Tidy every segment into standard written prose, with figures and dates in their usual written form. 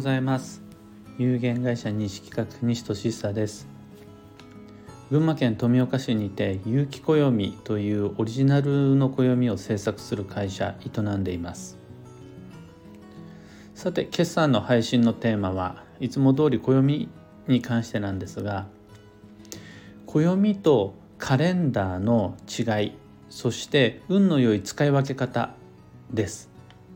ざいます。有限会社西企画西俊久です。群馬県富岡市にて有機暦というオリジナルの暦を制作する会社営んでいます。さて、決算の配信のテーマはいつも通り暦に関してなんですが、暦とカレンダーの違い、そして運の良い使い分け方です。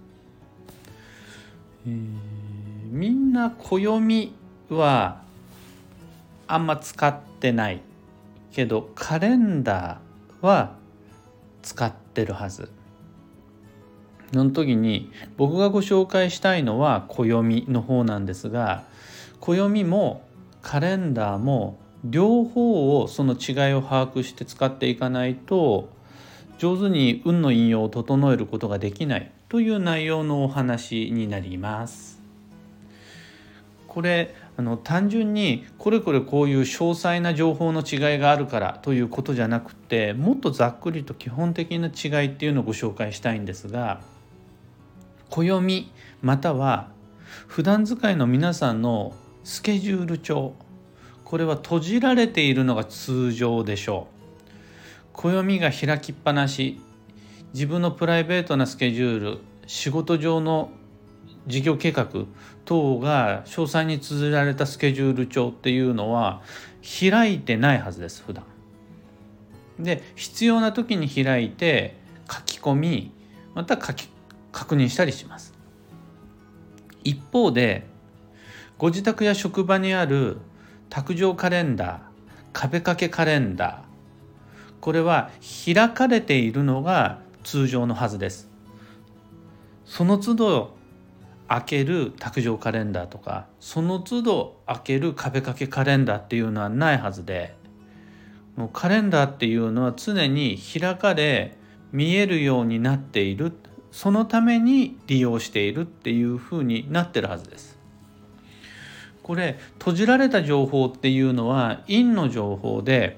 みんな暦はあんま使ってないけど、カレンダーは使ってるはず。その時に僕がご紹介したいのは暦の方なんですが、暦もカレンダーも両方をその違いを把握して使っていかないと上手に運の引用を整えることができないという内容のお話になります。これ単純にこれこれこういう詳細な情報の違いがあるからということじゃなくて、もっとざっくりと基本的な違いっていうのをご紹介したいんですが、暦または普段使いの皆さんのスケジュール帳、これは閉じられているのが通常でしょう。暦が開きっぱなし、自分のプライベートなスケジュール、仕事上の事業計画等が詳細に綴られたスケジュール帳っていうのは開いてないはずです。普段で必要な時に開いて書き込み、また確認したりします。一方でご自宅や職場にある卓上カレンダー、壁掛けカレンダー、これは開かれているのが通常のはずです。その都度開ける卓上カレンダーとか、その都度開ける壁掛けカレンダーっていうのはないはずで、もうカレンダーっていうのは常に開かれ見えるようになっている、そのために利用しているっていうふうになってるはずです。これ閉じられた情報っていうのは陰の情報で、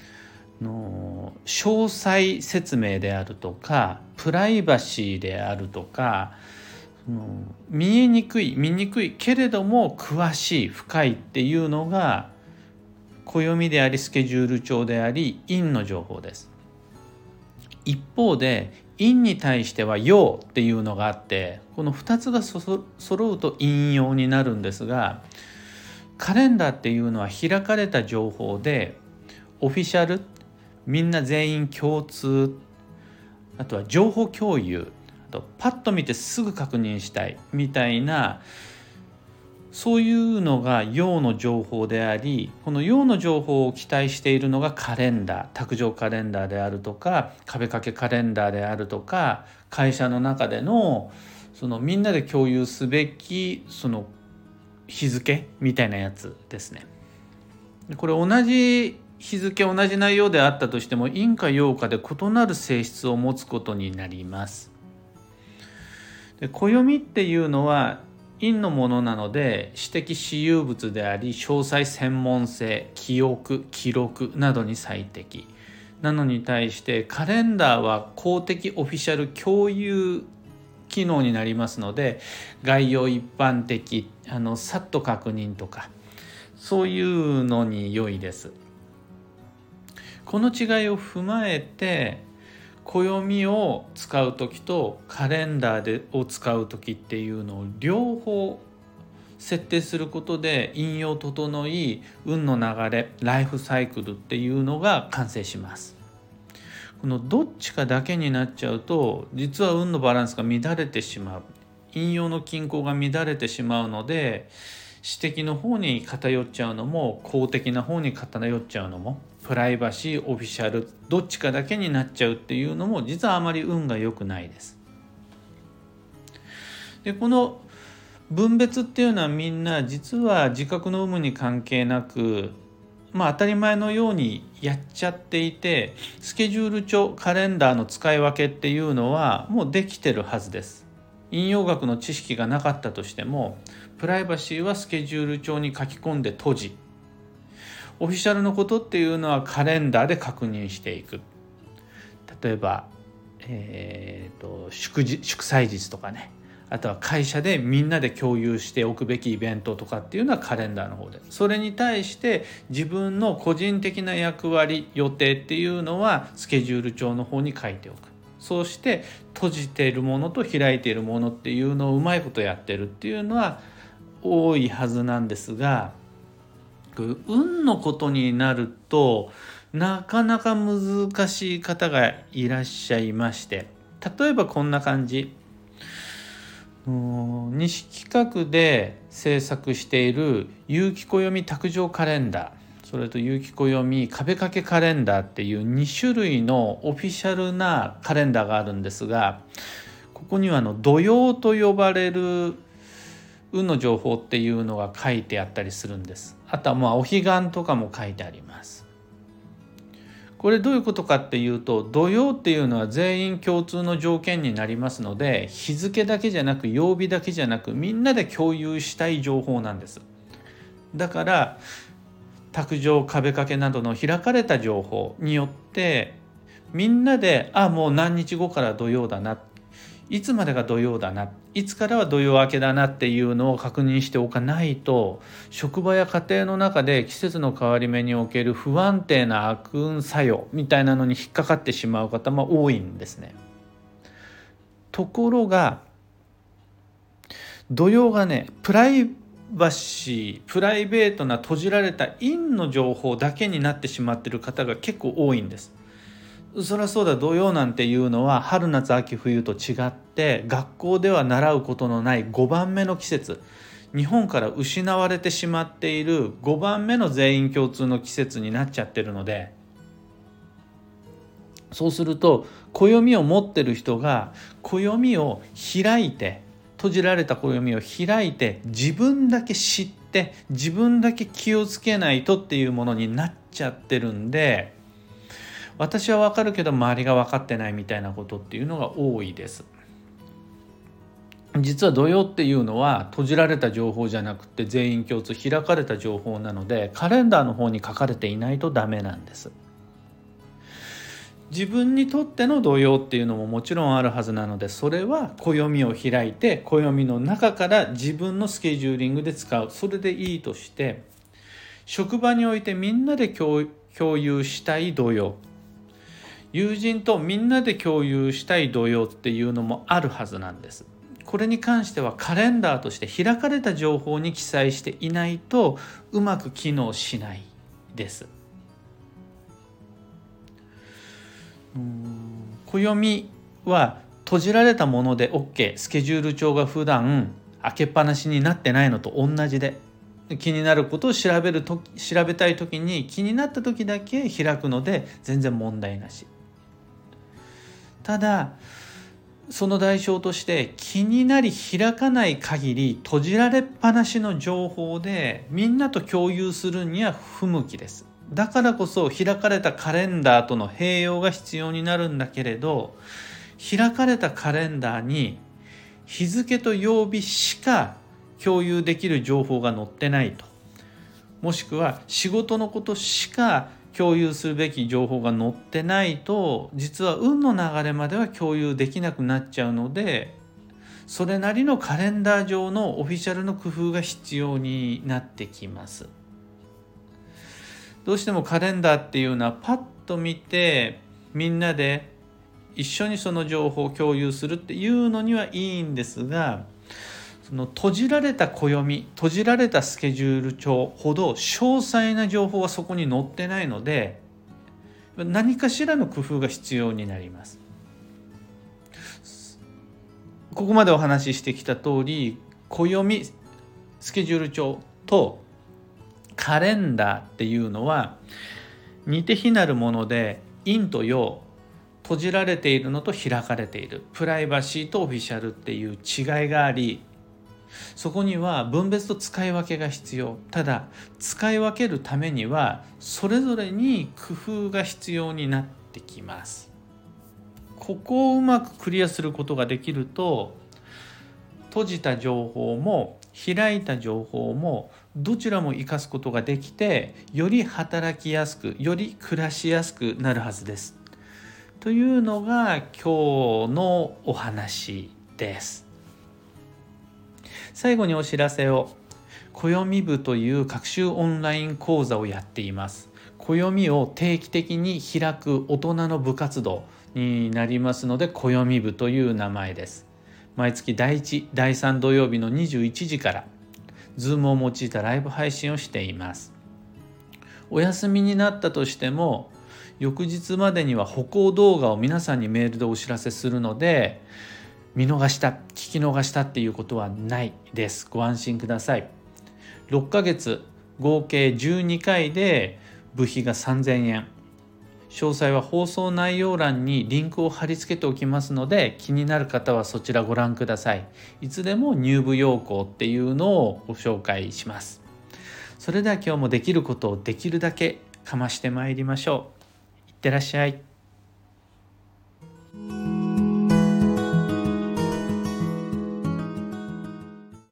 詳細説明であるとかプライバシーであるとか、見えにくい見にくいけれども詳しい深いっていうのが暦でありスケジュール帳であり陰の情報です。一方で陰に対しては陽っていうのがあって、この2つが揃うと陰陽になるんですが、カレンダーっていうのは開かれた情報でオフィシャル、みんな全員共通、あとは情報共有、あとパッと見てすぐ確認したいみたいな、そういうのが陽の情報であり、この陽の情報を期待しているのがカレンダー、卓上カレンダーであるとか壁掛けカレンダーであるとか、会社の中でのそのみんなで共有すべきその日付みたいなやつですね。これ同じ日付同じ内容であったとしても陰か陽かで異なる性質を持つことになります。で、暦っていうのは陰のものなので私的私有物であり、詳細専門性、記憶記録などに最適なのに対して、カレンダーは公的オフィシャル共有機能になりますので、概要一般的、さっと確認とかそういうのに良いです。この違いを踏まえて、暦を使う時とカレンダーを使う時っていうのを両方設定することで陰陽整い、運の流れ、ライフサイクルっていうのが完成します。このどっちかだけになっちゃうと、実は運のバランスが乱れてしまう、陰陽の均衡が乱れてしまうので、私的の方に偏っちゃうのも公的な方に偏っちゃうのも、プライバシーオフィシャルどっちかだけになっちゃうっていうのも実はあまり運が良くないです。で、この分別っていうのはみんな実は自覚の有無に関係なく、当たり前のようにやっちゃっていて、スケジュール帳、カレンダーの使い分けっていうのはもうできてるはずです。陰陽学の知識がなかったとしても、プライバシーはスケジュール帳に書き込んで閉じ、オフィシャルのことっていうのはカレンダーで確認していく。例えば、祝祭日とかね、 あとは会社でみんなで共有しておくべきイベントとかっていうのはカレンダーの方で、それに対して自分の個人的な役割予定っていうのはスケジュール帳の方に書いておく。そうして閉じているものと開いているものっていうのをうまいことやってるっていうのは多いはずなんですが、運のことになるとなかなか難しい方がいらっしゃいまして、例えばこんな感じ。西企画で制作している有機暦卓上カレンダー、それと有機暦壁掛けカレンダーっていう2種類のオフィシャルなカレンダーがあるんですが、ここには土曜と呼ばれる運の情報っていうのが書いてあったりするんです。あとはお彼岸とかも書いてあります。これどういうことかっていうと、土曜っていうのは全員共通の条件になりますので、日付だけじゃなく曜日だけじゃなくみんなで共有したい情報なんです。だから卓上壁掛けなどの開かれた情報によってみんなでもう何日後から土曜だな、いつまでが土曜だな、いつからは土曜明けだなっていうのを確認しておかないと、職場や家庭の中で季節の変わり目における不安定な悪運作用みたいなのに引っかかってしまう方も多いんですね。ところが土曜がね、プライベートな閉じられた陰の情報だけになってしまっている方が結構多いんです。そりゃそうだ、土曜なんていうのは春夏秋冬と違って学校では習うことのない5番目の季節、日本から失われてしまっている5番目の全員共通の季節になっちゃってるので、そうすると暦を持ってる人が暦を開いて、閉じられた暦を開いて自分だけ知って自分だけ気をつけないとっていうものになっちゃってるんで、私は分かるけど周りが分かってないみたいなことっていうのが多いです。実は土曜っていうのは閉じられた情報じゃなくて全員共通開かれた情報なので、カレンダーの方に書かれていないとダメなんです。自分にとっての土曜っていうのももちろんあるはずなので、それは暦を開いて暦の中から自分のスケジューリングで使う、それでいいとして、職場においてみんなで共有したい土曜、友人とみんなで共有したい土曜っていうのもあるはずなんです。これに関してはカレンダーとして開かれた情報に記載していないとうまく機能しないです。暦は閉じられたもので OK、 スケジュール帳が普段開けっぱなしになってないのと同じで、気になることを調べたい時に気になった時だけ開くので全然問題なし。ただその代償として気になり開かない限り閉じられっぱなしの情報でみんなと共有するには不向きです。だからこそ開かれたカレンダーとの併用が必要になるんだけれど、開かれたカレンダーに日付と曜日しか共有できる情報が載ってないと、もしくは仕事のことしか共有するべき情報が載ってないと、実は運の流れまでは共有できなくなっちゃうので、それなりのカレンダー上のオフィシャルの工夫が必要になってきます。どうしてもカレンダーっていうのはパッと見てみんなで一緒にその情報を共有するっていうのにはいいんですが、その閉じられた暦、閉じられたスケジュール帳ほど詳細な情報はそこに載ってないので、何かしらの工夫が必要になります。ここまでお話ししてきた通り、暦、スケジュール帳とカレンダーっていうのは似て非なるもので、陰と陽、閉じられているのと開かれている、プライバシーとオフィシャルっていう違いがあり、そこには分別と使い分けが必要。ただ使い分けるためにはそれぞれに工夫が必要になってきます。ここをうまくクリアすることができると、閉じた情報も開いた情報もどちらも生かすことができて、より働きやすく、より暮らしやすくなるはずです。というのが今日のお話です。 最後にお知らせを。暦部という学習オンライン講座をやっています。暦を定期的に開く大人の部活動になりますので、暦部という名前です。毎月第1、第3土曜日の21時からZoom を用いたライブ配信をしています。お休みになったとしても翌日までには歩行動画を皆さんにメールでお知らせするので、見逃した、聞き逃したっていうことはないです。ご安心ください。6ヶ月合計12回で部費が3000円。詳細は放送内容欄にリンクを貼り付けておきますので、気になる方はそちらご覧ください。いつでも入部要項っていうのをご紹介します。それでは今日もできることをできるだけかましてまいりましょう。いってらっしゃい。